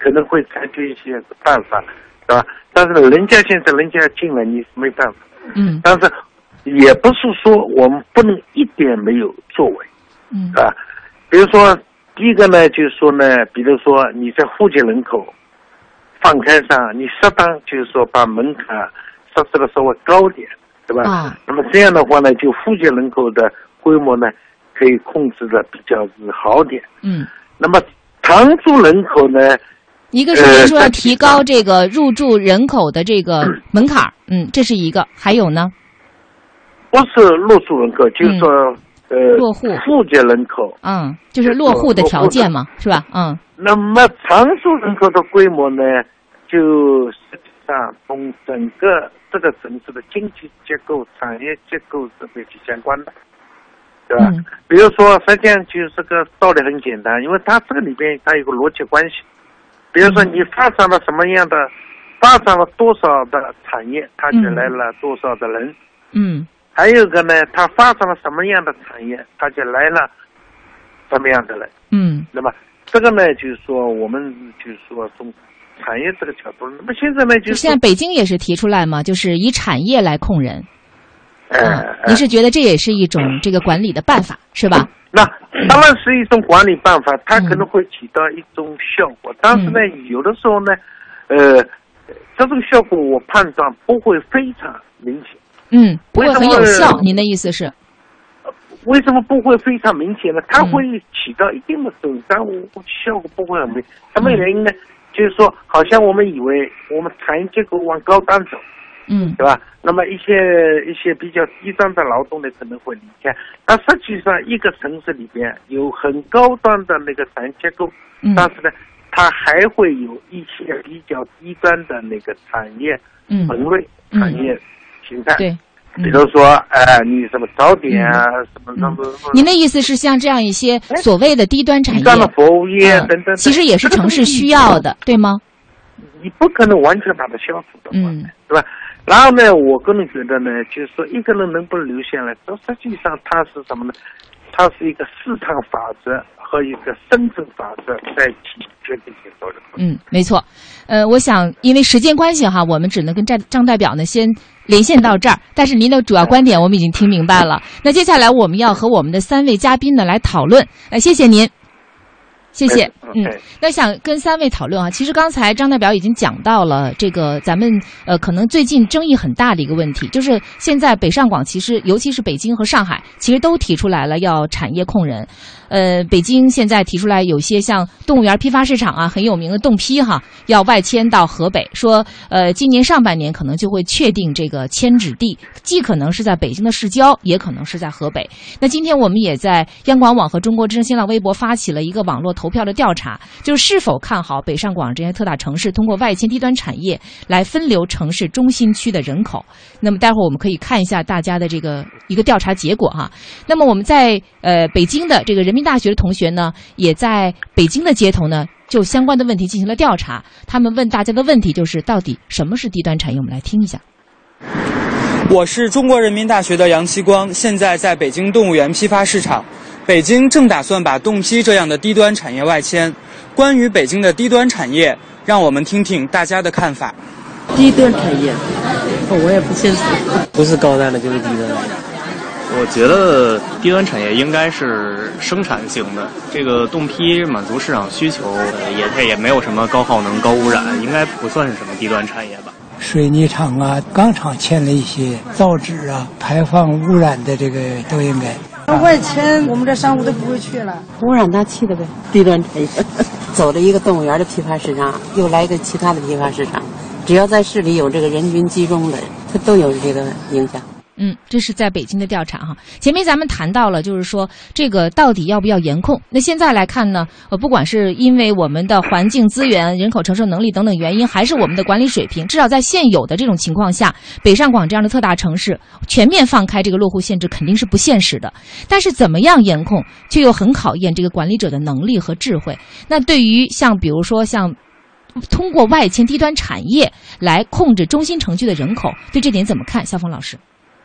可能会采取一些办法，对吧？但是人家现在人家进来，你是没办法。 嗯。 但是也不是说我们不能一点没有作为， 嗯， 啊，比如说第一个呢，就是说呢，比如说你在户籍人口放开上，你适当就是说把门槛设置的稍微高点，对吧？ 啊。 那么这样的话呢，就户籍人口的规模呢，可以控制的比较是好点。 嗯。 那么常住人口呢？ 一个是您说要提高这个入住人口的这个门槛，嗯，这是一个。还有呢？ 不是入住人口，就是说、嗯、呃， 落户户籍人口。 嗯，就是落户的条件嘛，是吧？嗯。 那么常住人口的规模呢，就实际上同整个这个城市的经济结构、产业结构是密切相关的。对吧？嗯、比如说，实际上就是这个道理很简单，因为它这个里边它有个逻辑关系。比如说，你发展了什么样的，发展了多少的产业，它就来了多少的人。 嗯。 还有一个呢，它发展了什么样的产业，它就来了什么样的人。 嗯。 那么这个呢，就是说我们就是说从产业这个角度，那么现在呢，就是现在北京也是提出来嘛，就是以产业来控人。 呃， 嗯、您是觉得这也是一种这个管理的办法，是吧？ 那当然是一种管理办法，它可能会起到一种效果，嗯、但是呢，有的时候呢，呃，这种效果我判断不会非常明显。 嗯，不会很有效。您的意思是？ 为什么不会非常明显呢？它会起到一定的作用，但我效果不会很明显。什么原因呢？就是说，好像我们以为我们产业结构往高端走。 嗯， 对吧？那么一些一些比较低端的劳动力可能会离开，但实际上一个城市里边有很高端的那个产业结构， 嗯、 但是呢，它还会有一些比较低端的那个产业门类、 嗯、 产业形态。 对， 嗯、比如说，呃，你什么早点啊，嗯、什么什么。 嗯、您的意思是，像这样一些所谓的低端产业、低端的服务业等等、 嗯，其实也是城市需要的，对吗？ 你不可能完全把它消除的， 嗯， 对吧？然后呢，我个人觉得呢，就是说一个人能不能留下来，这实际上它是什么呢？它是一个市场法则和一个生存法则在起决定性作用。 嗯，没错。呃，我想因为时间关系哈，我们只能跟张张代表呢先连线到这儿。但是您的主要观点我们已经听明白了。那接下来我们要和我们的三位嘉宾呢来讨论。呃，谢谢您。谢谢，嗯，那想跟三位讨论啊，其实刚才张代表已经讲到了这个咱们呃可能最近争议很大的一个问题，就是现在北上广其实尤其是北京和上海，其实都提出来了要产业控人。呃，北京现在提出来有些像动物园批发市场啊，很有名的动批哈，要外迁到河北，说呃今年上半年可能就会确定这个迁址地，既可能是在北京的市郊，也可能是在河北。那今天我们也在央广网和中国之声新浪微博发起了一个网络投票的调查，就是是否看好北上广这些特大城市通过外迁低端产业来分流城市中心区的人口。那么待会儿我们可以看一下大家的这个一个调查结果哈。那么我们在呃北京的这个人民大学的同学呢，也在北京的街头呢就相关的问题进行了调查。他们问大家的问题就是到底什么是低端产业？我们来听一下。 我是中国人民大学的杨奇光，现在在北京动物园批发市场。北京正打算把动批这样的低端产业外迁。关于北京的低端产业，让我们听听大家的看法。 低端产业，我也不清楚，不是高端的就是低端的。 我觉得低端产业应该是生产型的，这个动批满足市场需求，呃、也它也没有什么高耗能、高污染，应该不算是什么低端产业吧。 水泥厂啊、钢厂迁了一些，造纸啊、排放污染的这个都应该。 外迁我们这商户都不会去了， 污染大气的呗，低端产业。走了一个动物园的批发市场，又来一个其他的批发市场，只要在市里有这个人群集中的，它都有这个影响。 嗯，这是在北京的调查哈。前面咱们谈到了，就是说这个到底要不要严控？那现在来看呢，呃，不管是因为我们的环境资源、人口承受能力等等原因，还是我们的管理水平，至少在现有的这种情况下，北上广这样的特大城市全面放开这个落户限制肯定是不现实的。但是怎么样严控，却又很考验这个管理者的能力和智慧。那对于像比如说像通过外迁低端产业来控制中心城区的人口，对这点怎么看？肖峰老师。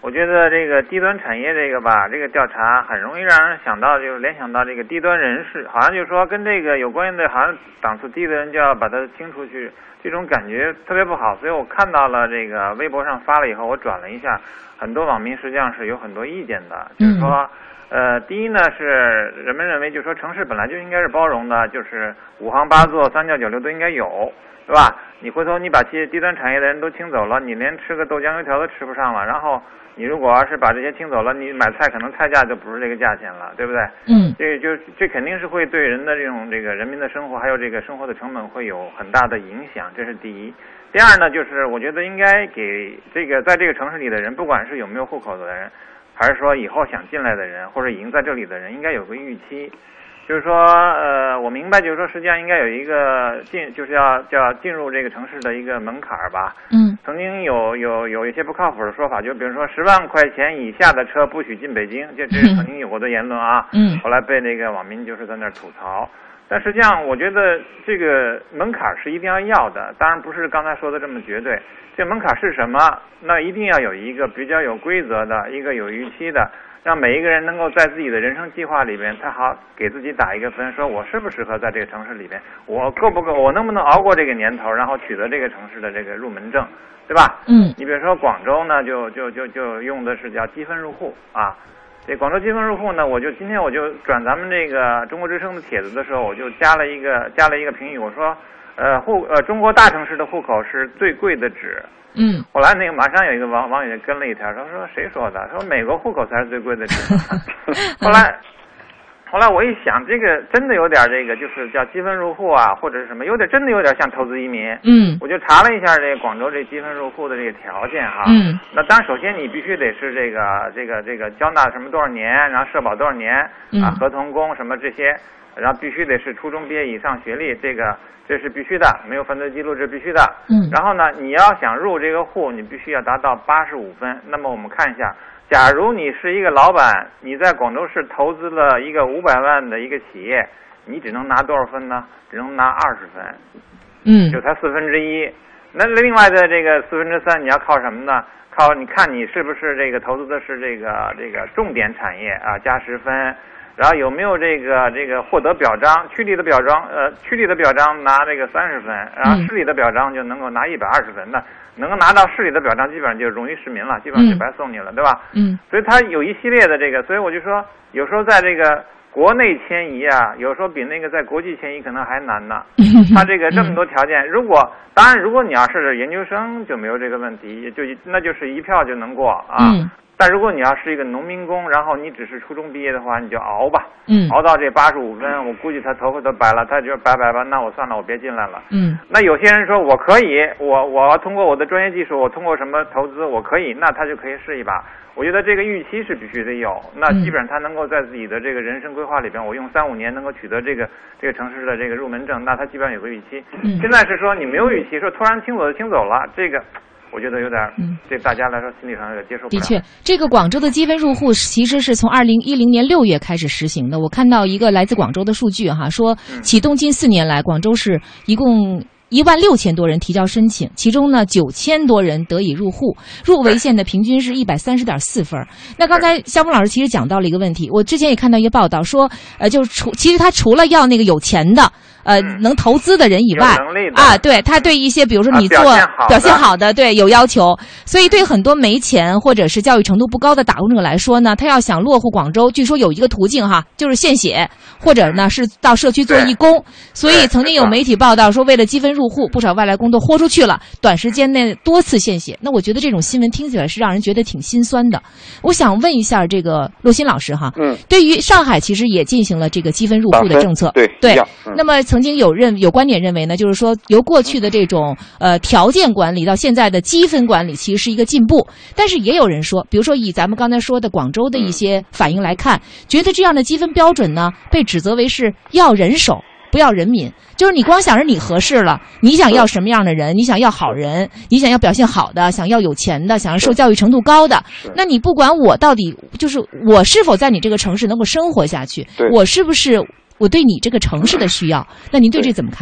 我觉得这个低端产业这个吧，这个调查很容易让人想到，就是联想到这个低端人士，好像就是说跟这个有关系的，好像档次低的人就要把它清出去，这种感觉特别不好。所以我看到了这个微博上发了以后，我转了一下，很多网民实际上是有很多意见的，就是说，呃，第一呢是人们认为，就是说城市本来就应该是包容的，就是五行八作、三教九流都应该有，对吧？你回头你把这些低端产业的人都清走了，你连吃个豆浆油条都吃不上了，然后你如果要是把这些清走了，你买菜可能菜价就不是这个价钱了，对不对？ 嗯， 这就这肯定是会对人的这种这个人民的生活还有这个生活的成本会有很大的影响，这是第一。第二呢，就是我觉得应该给这个在这个城市里的人，不管是有没有户口的人，还是说以后想进来的人，或者已经在这里的人，应该有个预期。就是说，呃，我明白，就是说，实际上应该有一个进，就是要叫进入这个城市的一个门槛吧。 嗯。 曾经有有有一些不靠谱的说法，就比如说十万块钱以下的车不许进北京，这这是曾经有过的言论啊。 嗯。 后来被那个网民就是在那儿吐槽，但实际上我觉得这个门槛是一定要要的，当然不是刚才说的这么绝对。这门槛是什么？那一定要有一个比较有规则的，一个有预期的。让每一个人能够在自己的人生计划里边，他好给自己打一个分，说我适不适合在这个城市里边，我够不够，我能不能熬过这个年头，然后取得这个城市的这个入门证，对吧？ 嗯。 你比如说广州呢，就就就就用的是叫积分入户啊。这广州积分入户呢，我就今天我就转咱们这个中国之声的帖子的时候，我就加了一个加了一个评语，我说，呃户呃中国大城市的户口是最贵的纸。 嗯， 后来那个马上有一个网网友跟了一条，说说谁说的？说美国户口才是最贵的纸。后来，后来我一想，这个真的有点这个，就是叫积分入户啊，或者是什么，有点真的有点像投资移民。 嗯， 我就查了一下这个广州这积分入户的这个条件哈。 嗯， 那当然，首先你必须得是这个这个这个交纳什么多少年，然后社保多少年啊，合同工什么这些，然后必须得是初中毕业以上学历，这个。这是必须的，没有犯罪记录这是必须的。 嗯。 然后呢，你要想入这个户，你必须要达到八十五分。那么我们看一下，假如你是一个老板，你在广州市投资了一个五百万的一个企业，你只能拿多少分呢？只能拿二十分。 嗯。 就才四分之一。那另外的这个四分之三，你要靠什么呢？靠你看你是不是这个投资的是这个这个重点产业啊，加十分。然后有没有这个这个获得表彰？区里的表彰，呃，区里的表彰拿这个三十分，然后市里的表彰就能够拿一百二十分。那能够拿到市里的表彰，基本上就荣誉市民了，基本上就白送你了，对吧？ 嗯。 所以它有一系列的这个，所以我就说，有时候在这个国内迁移啊，有时候比那个在国际迁移可能还难呢。它这个这么多条件，如果当然，如果你要是研究生就没有这个问题，就那就是一票就能过啊。 嗯。 但如果你要是一个农民工，然后你只是初中毕业的话，你就熬吧， 嗯， 熬到这八十五分，我估计他头发都白了，他就拜拜吧，那我算了，我别进来了， 嗯。 那有些人说我可以，我我通过我的专业技术，我通过什么投资，我可以，那他就可以试一把。我觉得这个预期是必须得有，那基本上他能够在自己的这个人生规划里边，我用三五年能够取得这个这个城市的这个入门证，那他基本上有个预期。 嗯。 现在是说你没有预期，说突然清走就清走了，这个。我觉得有点，嗯，对大家来说心理上有点接受不了。 的确，这个广州的积分入户其实是从二零一零年六月开始实行的。我看到一个来自广州的数据哈，说启动近四年来，广州市一共一万六千多人提交申请，其中呢九千多人得以入户，入围线的平均是一百三十点四分。那刚才肖峰老师其实讲到了一个问题，我之前也看到一个报道说，呃，就是除其实他除了要那个有钱的。呃，能投资的人以外，啊，对他对一些，比如说你做、啊、表, 表现好的，对有要求，所以对很多没钱或者是教育程度不高的打工者来说呢，他要想落户广州，据说有一个途径哈，就是献血，或者呢是到社区做义工。所以曾经有媒体报道说，为了积分入户，不少外来工都豁出去了，短时间内多次献血。那我觉得这种新闻听起来是让人觉得挺心酸的。我想问一下这个骆鑫老师哈， 嗯， 对于上海其实也进行了这个积分入户的政策， 对对， 嗯、 那么。曾经有认有观点认为呢，就是说由过去的这种呃条件管理到现在的积分管理，其实是一个进步。但是也有人说，比如说以咱们刚才说的广州的一些反应来看，觉得这样的积分标准呢，被指责为是要人手不要人民，就是你光想着你合适了，你想要什么样的人，你想要好人，你想要表现好的，想要有钱的，想要受教育程度高的，那你不管我到底就是我是否在你这个城市能够生活下去，我是不是我对你这个城市的需要，那您对这怎么看？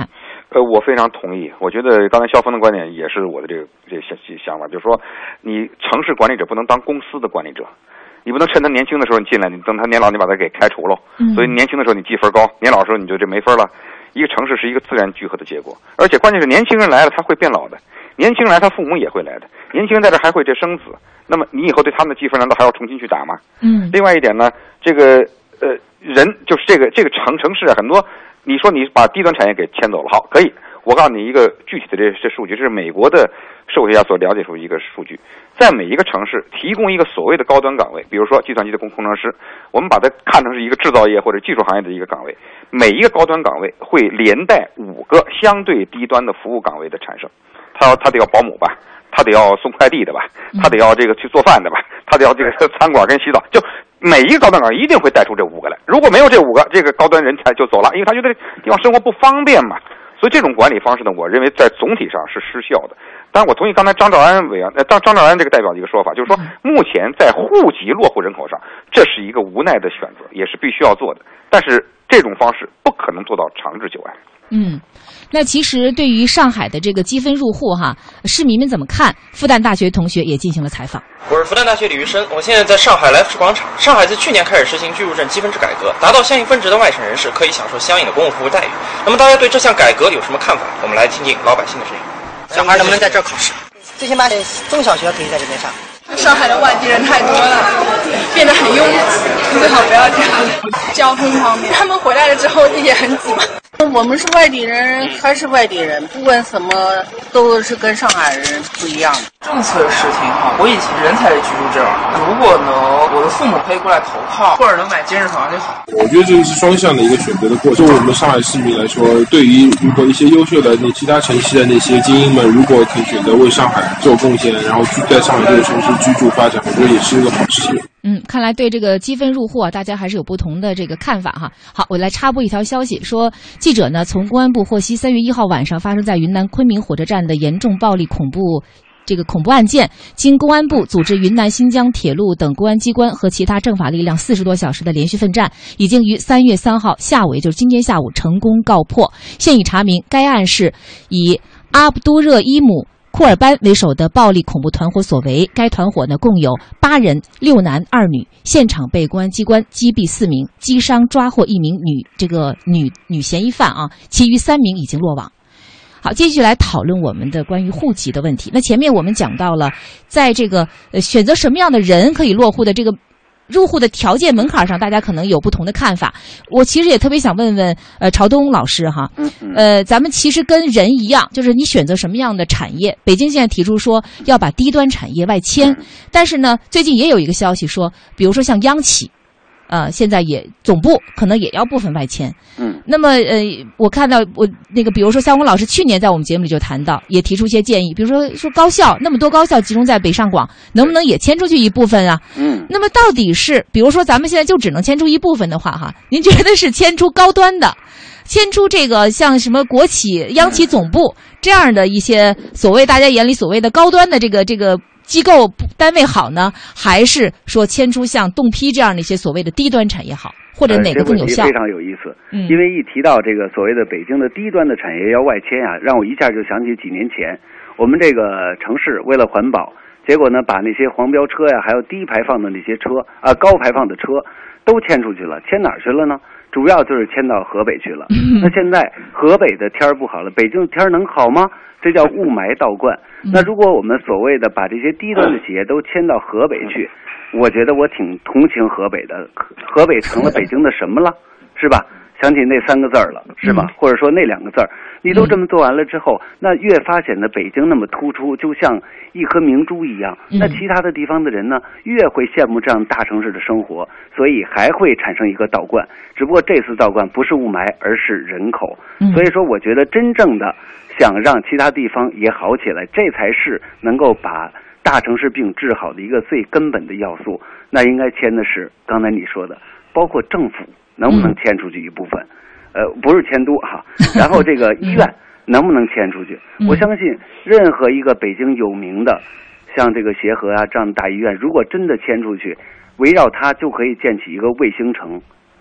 呃，我非常同意。我觉得刚才肖峰的观点也是我的这个这个想想法，就是说，你城市管理者不能当公司的管理者，你不能趁他年轻的时候你进来，你等他年老你把他给开除了。嗯、所以年轻的时候你积分高，年老的时候你就这没分了。一个城市是一个自然聚合的结果，而且关键是年轻人来了他会变老的，年轻人来他父母也会来的，年轻人在这还会这生子，那么你以后对他们的积分难道还要重新去打吗？ 嗯。 另外一点呢，这个呃人就是这个这个城城市啊，很多。你说你把低端产业给迁走了，好，可以。我告诉你一个具体的这这数据，这是美国的社会学家所了解出一个数据，在每一个城市提供一个所谓的高端岗位，比如说计算机的工工程师，我们把它看成是一个制造业或者技术行业的一个岗位，每一个高端岗位会连带五个相对低端的服务岗位的产生。他要他得要保姆吧，他得要送快递的吧，他得要这个去做饭的吧，他得要这个餐馆跟洗澡，就。每一个高端岗一定会带出这五个来，如果没有这五个，这个高端人才就走了，因为他觉得地方生活不方便嘛。所以这种管理方式呢，我认为在总体上是失效的。当然，我同意刚才张兆安委员，呃，张张兆安这个代表的一个说法，就是说，目前在户籍落户人口上，这是一个无奈的选择，也是必须要做的。但是这种方式不可能做到长治久安。 嗯，那其实对于上海的这个积分入户哈，市民们怎么看？复旦大学同学也进行了采访。 我是复旦大学李玉生，我现在在上海来福士广场。上海自去年开始实行居住证积分制改革，达到相应分值的外省人士可以享受相应的公共服务待遇。那么大家对这项改革有什么看法？我们来听听老百姓的声音。小孩能不能在这儿考试？ 最起码中小学可以在这边上。 上海的外地人太多了，变得很拥挤，最好不要这样。交通方面，他们回来了之后也很挤嘛。 我们是外地人还是外地人，不管什么都是跟上海人不一样的。 政策是挺好，我以前人才是居住证，如果呢我的父母可以过来投靠，或者能买今日房就好。 我觉得这个是双向的一个选择的过程。就我们上海市民来说，对于如果一些优秀的那其他城市的那些精英们，如果可以选择为上海做贡献，然后在上海这个城市居住发展，我觉得也是一个好事情。 嗯，看来对这个积分入户啊，大家还是有不同的这个看法哈。好，我来插播一条消息，说记者呢从公安部获悉，三月一号晚上发生在云南昆明火车站的严重暴力恐怖这个恐怖案件，经公安部组织云南新疆铁路等公安机关和其他政法力量四十多小时的连续奋战，已经于三月三号下午，也就是今天下午成功告破。现已查明，该案是以阿卜杜热伊姆库尔班为首的暴力恐怖团伙所为，该团伙呢共有八人，六男二女，现场被公安机关击毙四名，击伤抓获一名女这个女女嫌疑犯啊，其余三名已经落网。好，继续来讨论我们的关于户籍的问题。那前面我们讲到了，在这个呃选择什么样的人可以落户的这个入户的条件门槛上，大家可能有不同的看法。我其实也特别想问问呃朝东老师哈，呃咱们其实跟人一样，就是你选择什么样的产业，北京现在提出说要把低端产业外迁，但是呢最近也有一个消息说，比如说像央企呃，现在也总部可能也要部分外迁。嗯，那么呃，我看到我那个，比如说肖红老师去年在我们节目里就谈到，也提出一些建议，比如说说高校那么多高校集中在北上广，能不能也迁出去一部分啊？嗯，那么到底是，比如说咱们现在就只能迁出一部分的话，哈，您觉得是迁出高端的，迁出这个像什么国企、央企总部这样的一些所谓大家眼里所谓的高端的这个这个机构单位好呢，还是说迁出像冻批这样的一些所谓的低端产业好，或者哪个更有效？ 呃、这个问题非常有意思，嗯，因为一提到这个所谓的北京的低端的产业要外迁啊，让我一下就想起几年前我们这个城市为了环保，结果呢把那些黄标车呀，还有低排放的那些车啊、呃、高排放的车都迁出去了，迁哪儿去了呢？主要就是迁到河北去了。那现在河北的天儿不好了，北京的天儿能好吗？这叫雾霾倒灌。那如果我们所谓的把这些低端的企业都迁到河北去，我觉得我挺同情河北的。河北成了北京的什么了？是吧？想起那三个字儿了，是吧？或者说那两个字儿，你都这么做完了之后，那越发显得北京那么突出，就像一颗明珠一样。那其他的地方的人呢，越会羡慕这样大城市的生活，所以还会产生一个倒灌。只不过这次倒灌不是雾霾，而是人口。所以说，我觉得真正的想让其他地方也好起来，这才是能够把大城市病治好的一个最根本的要素。那应该迁的是刚才你说的，包括政府能不能迁出去一部分，呃，不是迁都哈，然后这个医院能不能迁出去？我相信任何一个北京有名的，像这个协和啊这样的大医院，如果真的迁出去，围绕它就可以建起一个卫星城。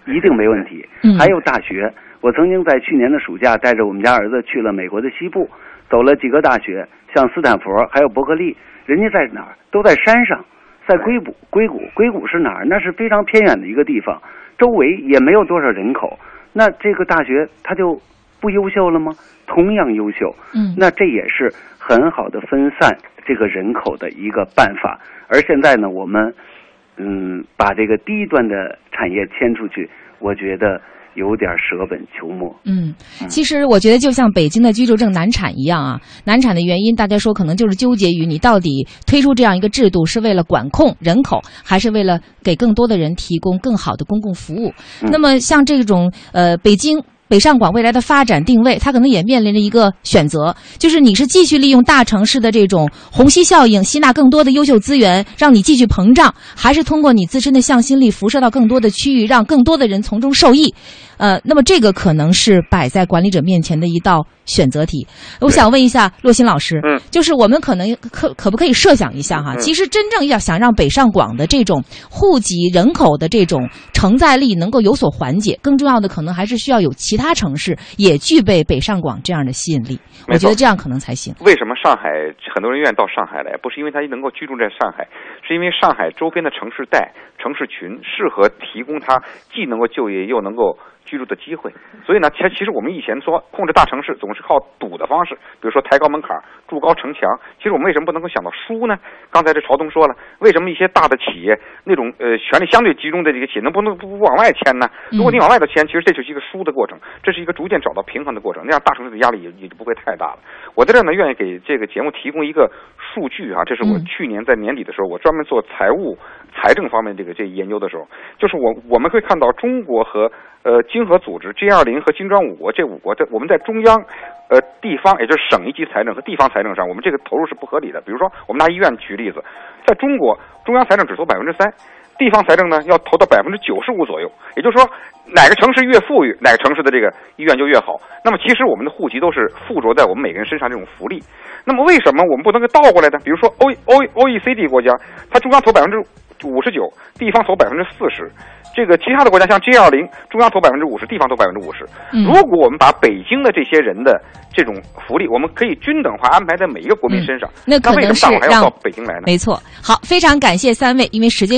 一定没问题。还有大学，我曾经在去年的暑假带着我们家儿子去了美国的西部，走了几个大学，像斯坦福还有伯克利，人家在哪儿？都在山上，在硅谷。硅谷，硅谷是哪儿？那是非常偏远的一个地方，周围也没有多少人口。那这个大学它就不优秀了吗？同样优秀。嗯，那这也是很好的分散这个人口的一个办法。而现在呢，我们嗯把这个低端的产业迁出去，我觉得有点舍本求末。 嗯，其实我觉得就像北京的居住证难产一样啊，难产的原因大家说可能就是纠结于你到底推出这样一个制度是为了管控人口，还是为了给更多的人提供更好的公共服务。嗯、那么像这种呃北京北上广未来的发展定位，它可能也面临着一个选择，就是你是继续利用大城市的这种虹吸效应，吸纳更多的优秀资源，让你继续膨胀，还是通过你自身的向心力辐射到更多的区域，让更多的人从中受益。呃，那么这个可能是摆在管理者面前的一道选择题。我想问一下骆新老师，嗯，就是我们可能可可不可以设想一下哈？嗯、其实真正要想让北上广的这种户籍人口的这种承载力能够有所缓解，更重要的可能还是需要有其他城市也具备北上广这样的吸引力。我觉得这样可能才行。 为什么上海很多人愿意到上海来？不是因为他能够居住在上海，是因为上海周边的城市带、城市群适合提供他既能够就业又能够居住的机会。所以呢，其实我们以前说控制大城市总是靠赌的方式，比如说抬高门槛、筑高城墙。其实我们为什么不能够想到输呢？刚才这曹东说了，为什么一些大的企业那种呃权力相对集中的这个企业能不能不不往外迁呢？如果你往外头迁，其实这就是一个输的过程，这是一个逐渐找到平衡的过程，那样大城市的压力也也就不会太大了。我在这呢，愿意给这个节目提供一个数据啊，这是我去年在年底的时候，我专门做财务财政方面这个这研究的时候，就是我我们会看到中国和呃经合组织 G 二零 和金砖五国这五国在我们在中央呃地方也就是省一级财政和地方财政上，我们这个投入是不合理的。比如说我们拿医院举例子，在中国中央财政只投百分之三，地方财政呢要投到百分之九十五左右。也就是说，哪个城市越富裕，哪个城市的这个医院就越好。那么其实我们的户籍都是附着在我们每个人身上这种福利。那么为什么我们不能够倒过来呢？比如说 O O O E C D 国家，它中央投百分之五十九，地方投百分之四十。这个其他的国家像 G 二零，中央投百分之五十，地方投百分之五十。如果我们把北京的这些人的这种福利，我们可以均等化安排在每一个国民身上， 嗯、那可能是那为什么大伙还要到北京来呢？ 没错。好，非常感谢三位，因为时间。